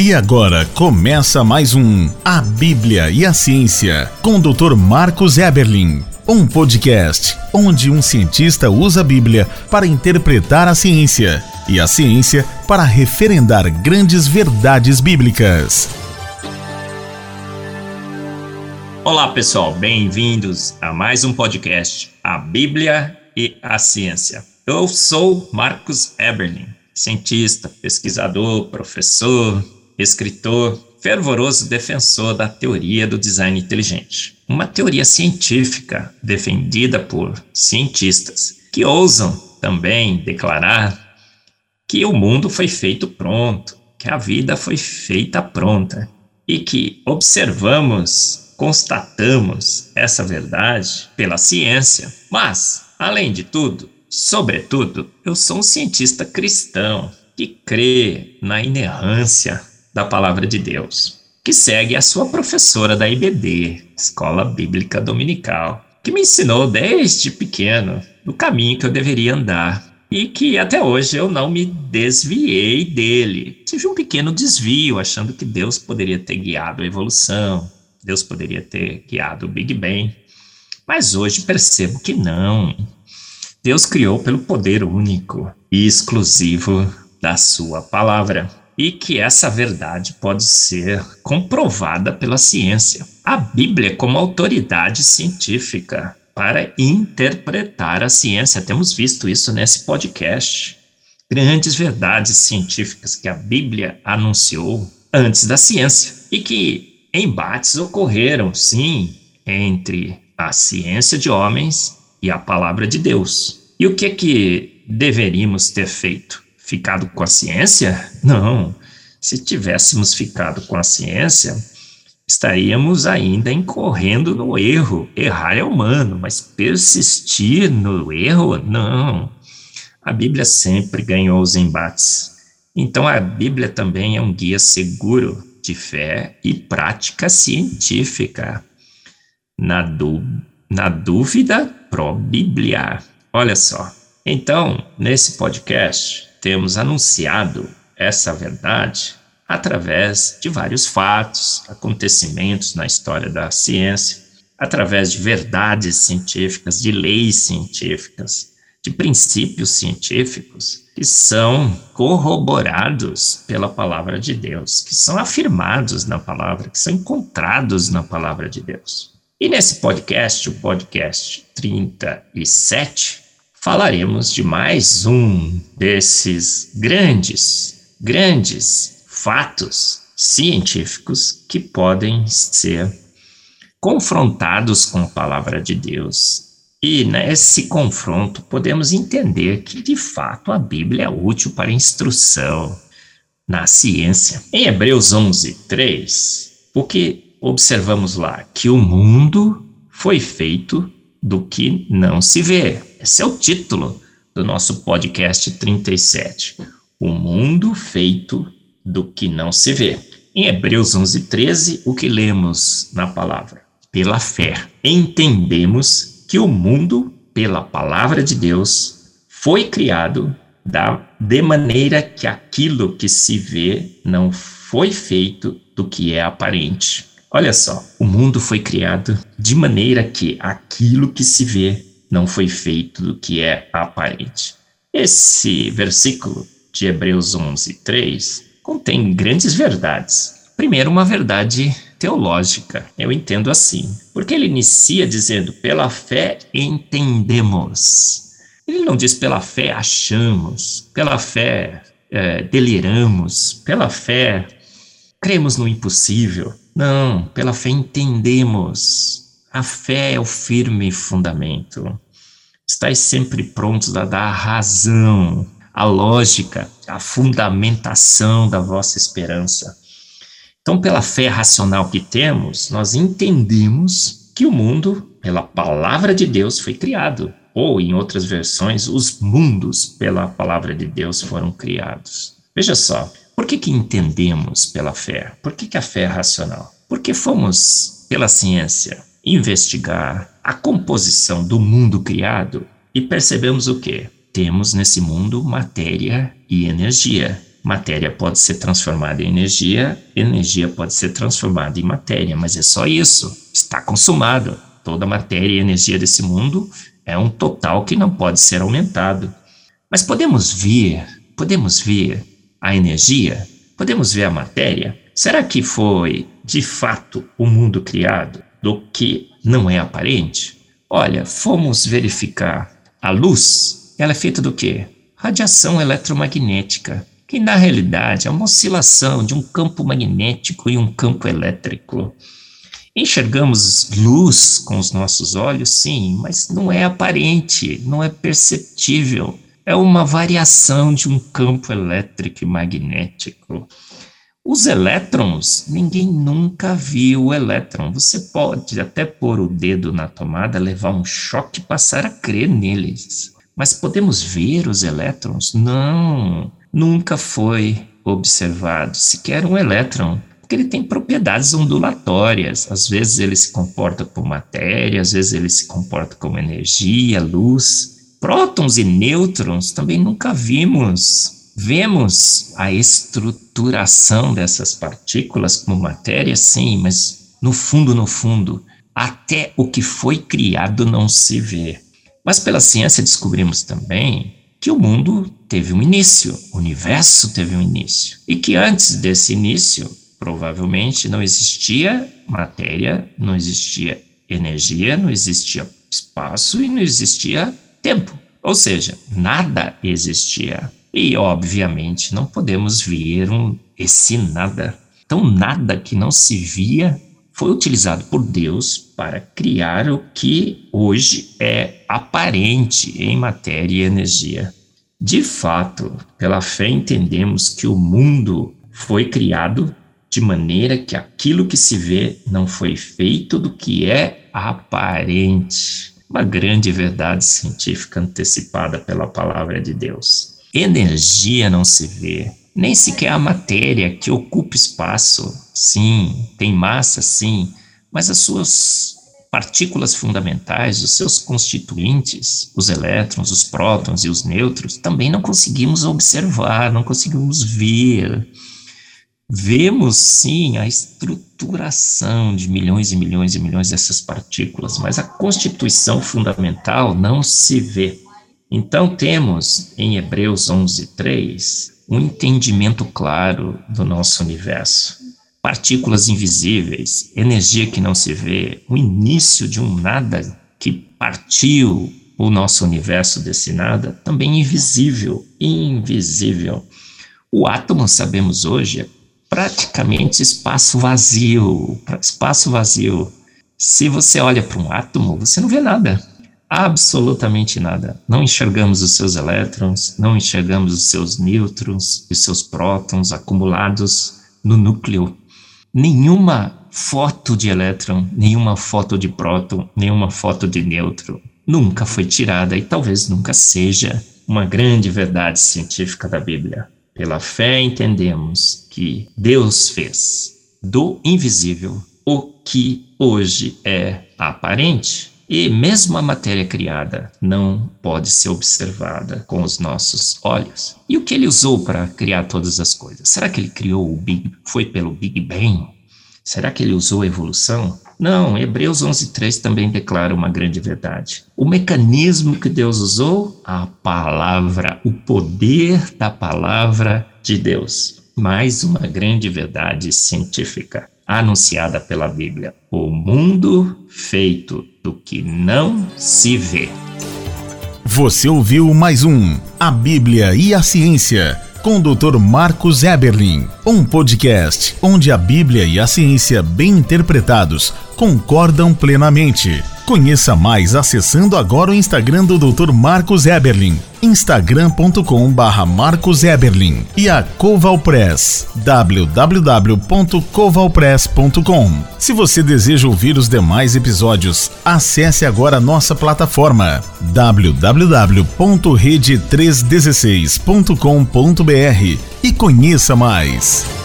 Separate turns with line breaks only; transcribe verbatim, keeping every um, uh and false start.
E agora começa mais um A Bíblia e a Ciência, com o doutor Marcos Eberlin. Um podcast onde um cientista usa a Bíblia para interpretar a ciência e a ciência para referendar grandes verdades bíblicas.
Olá pessoal, bem-vindos a mais um podcast, A Bíblia e a Ciência. Eu sou Marcos Eberlin, cientista, pesquisador, professor, escritor, fervoroso defensor da teoria do design inteligente. Uma teoria científica defendida por cientistas que ousam também declarar que o mundo foi feito pronto, que a vida foi feita pronta e que observamos, constatamos essa verdade pela ciência. Mas, além de tudo, sobretudo, eu sou um cientista cristão que crê na inerrância da palavra de Deus, que segue a sua professora da I B D, Escola Bíblica Dominical, que me ensinou desde pequeno do caminho que eu deveria andar e que até hoje eu não me desviei dele. Tive um pequeno desvio, achando que Deus poderia ter guiado a evolução, Deus poderia ter guiado o Big Bang, mas hoje percebo que não. Deus criou pelo poder único e exclusivo da sua palavra, e que essa verdade pode ser comprovada pela ciência. A Bíblia como autoridade científica para interpretar a ciência. Temos visto isso nesse podcast. Grandes verdades científicas que a Bíblia anunciou antes da ciência e que embates ocorreram, sim, entre a ciência de homens e a palavra de Deus. E o que que deveríamos ter feito? Ficado com a ciência? Não. Se tivéssemos ficado com a ciência, estaríamos ainda incorrendo no erro. Errar é humano, mas persistir no erro, não. A Bíblia sempre ganhou os embates. Então a Bíblia também é um guia seguro de fé e prática científica. Na, dú- na dúvida, pró-Bíblia. Olha só. Então, nesse podcast, temos anunciado essa verdade através de vários fatos, acontecimentos na história da ciência, através de verdades científicas, de leis científicas, de princípios científicos que são corroborados pela palavra de Deus, que são afirmados na palavra, que são encontrados na palavra de Deus. E nesse podcast, o podcast trinta e sete, falaremos de mais um desses grandes, grandes fatos científicos que podem ser confrontados com a palavra de Deus. E nesse confronto podemos entender que, de fato, a Bíblia é útil para instrução na ciência. Em Hebreus onze, três, o que observamos lá? Que o mundo foi feito do que não se vê. Esse é o título do nosso podcast trinta e sete. O mundo feito do que não se vê. Em Hebreus onze, treze, o que lemos na palavra? Pela fé, entendemos que o mundo, pela palavra de Deus, foi criado da, de maneira que aquilo que se vê não foi feito do que é aparente. Olha só, o mundo foi criado de maneira que aquilo que se vê não foi feito do que é aparente. Esse versículo de Hebreus onze, três contém grandes verdades. Primeiro, uma verdade teológica, eu entendo assim, porque ele inicia dizendo, pela fé entendemos. Ele não diz pela fé achamos, pela fé é, deliramos, pela fé cremos no impossível. Não, pela fé entendemos. A fé é o firme fundamento. Estais sempre prontos a dar a razão, a lógica, a fundamentação da vossa esperança. Então, pela fé racional que temos, nós entendemos que o mundo, pela palavra de Deus, foi criado. Ou, em outras versões, os mundos, pela palavra de Deus, foram criados. Veja só, por que que entendemos pela fé? Por que que a fé é racional? Porque fomos, pela ciência, investigar a composição do mundo criado e percebemos o quê? Temos nesse mundo matéria e energia. Matéria pode ser transformada em energia, energia pode ser transformada em matéria, mas é só isso, está consumado. Toda a matéria e energia desse mundo é um total que não pode ser aumentado. Mas podemos ver, podemos ver a energia? Podemos ver a matéria? Será que foi, de fato, o mundo criado do que não é aparente? Olha, fomos verificar a luz, ela é feita do quê? Radiação eletromagnética, que na realidade é uma oscilação de um campo magnético e um campo elétrico. Enxergamos luz com os nossos olhos, sim, mas não é aparente, não é perceptível. É uma variação de um campo elétrico e magnético. Os elétrons, ninguém nunca viu o elétron. Você pode até pôr o dedo na tomada, levar um choque e passar a crer neles. Mas podemos ver os elétrons? Não, nunca foi observado sequer um elétron, porque ele tem propriedades ondulatórias. Às vezes ele se comporta como matéria, às vezes ele se comporta como energia, luz. Prótons e nêutrons também nunca vimos. Vemos a estruturação dessas partículas como matéria, sim, mas no fundo, no fundo, até o que foi criado não se vê. Mas pela ciência descobrimos também que o mundo teve um início, o universo teve um início, e que antes desse início, provavelmente não existia matéria, não existia energia, não existia espaço e não existia tempo. Ou seja, nada existia. E, obviamente, não podemos ver um, esse nada. Então, nada que não se via foi utilizado por Deus para criar o que hoje é aparente em matéria e energia. De fato, pela fé entendemos que o mundo foi criado de maneira que aquilo que se vê não foi feito do que é aparente. Uma grande verdade científica antecipada pela palavra de Deus. Energia não se vê, nem sequer a matéria que ocupa espaço. Sim, tem massa, sim, mas as suas partículas fundamentais, os seus constituintes, os elétrons, os prótons e os nêutrons, também não conseguimos observar, não conseguimos ver. Vemos, sim, a estruturação de milhões e milhões e milhões dessas partículas, mas a constituição fundamental não se vê. Então temos, em Hebreus onze, três, um entendimento claro do nosso universo. Partículas invisíveis, energia que não se vê, o início de um nada que partiu o nosso universo desse nada, também invisível, invisível. O átomo, sabemos hoje, é praticamente espaço vazio, espaço vazio. Se você olha para um átomo, você não vê nada, absolutamente nada. Não enxergamos os seus elétrons, não enxergamos os seus nêutrons e os seus prótons acumulados no núcleo. Nenhuma foto de elétron, nenhuma foto de próton, nenhuma foto de nêutron nunca foi tirada e talvez nunca seja uma grande verdade científica da Bíblia. Pela fé entendemos que Deus fez do invisível o que hoje é aparente, e mesmo a matéria criada não pode ser observada com os nossos olhos. E o que ele usou para criar todas as coisas? Será que ele criou o Big, foi pelo Big Bang? Será que ele usou a evolução? Não, Hebreus onze, três também declara uma grande verdade. O mecanismo que Deus usou, a palavra, o poder da palavra de Deus. Mais uma grande verdade científica anunciada pela Bíblia. O mundo feito do que não se vê.
Você ouviu mais um A Bíblia e a Ciência, com o doutor Marcos Eberlin, um podcast onde a Bíblia e a ciência bem interpretados concordam plenamente. Conheça mais acessando agora o Instagram do doutor Marcos Eberlin, instagram ponto com barra Marcos Eberlin, e a Coval Press, w w w ponto coval press ponto com. Se você deseja ouvir os demais episódios, acesse agora a nossa plataforma w w w ponto rede trezentos e dezesseis ponto com ponto b r e conheça mais.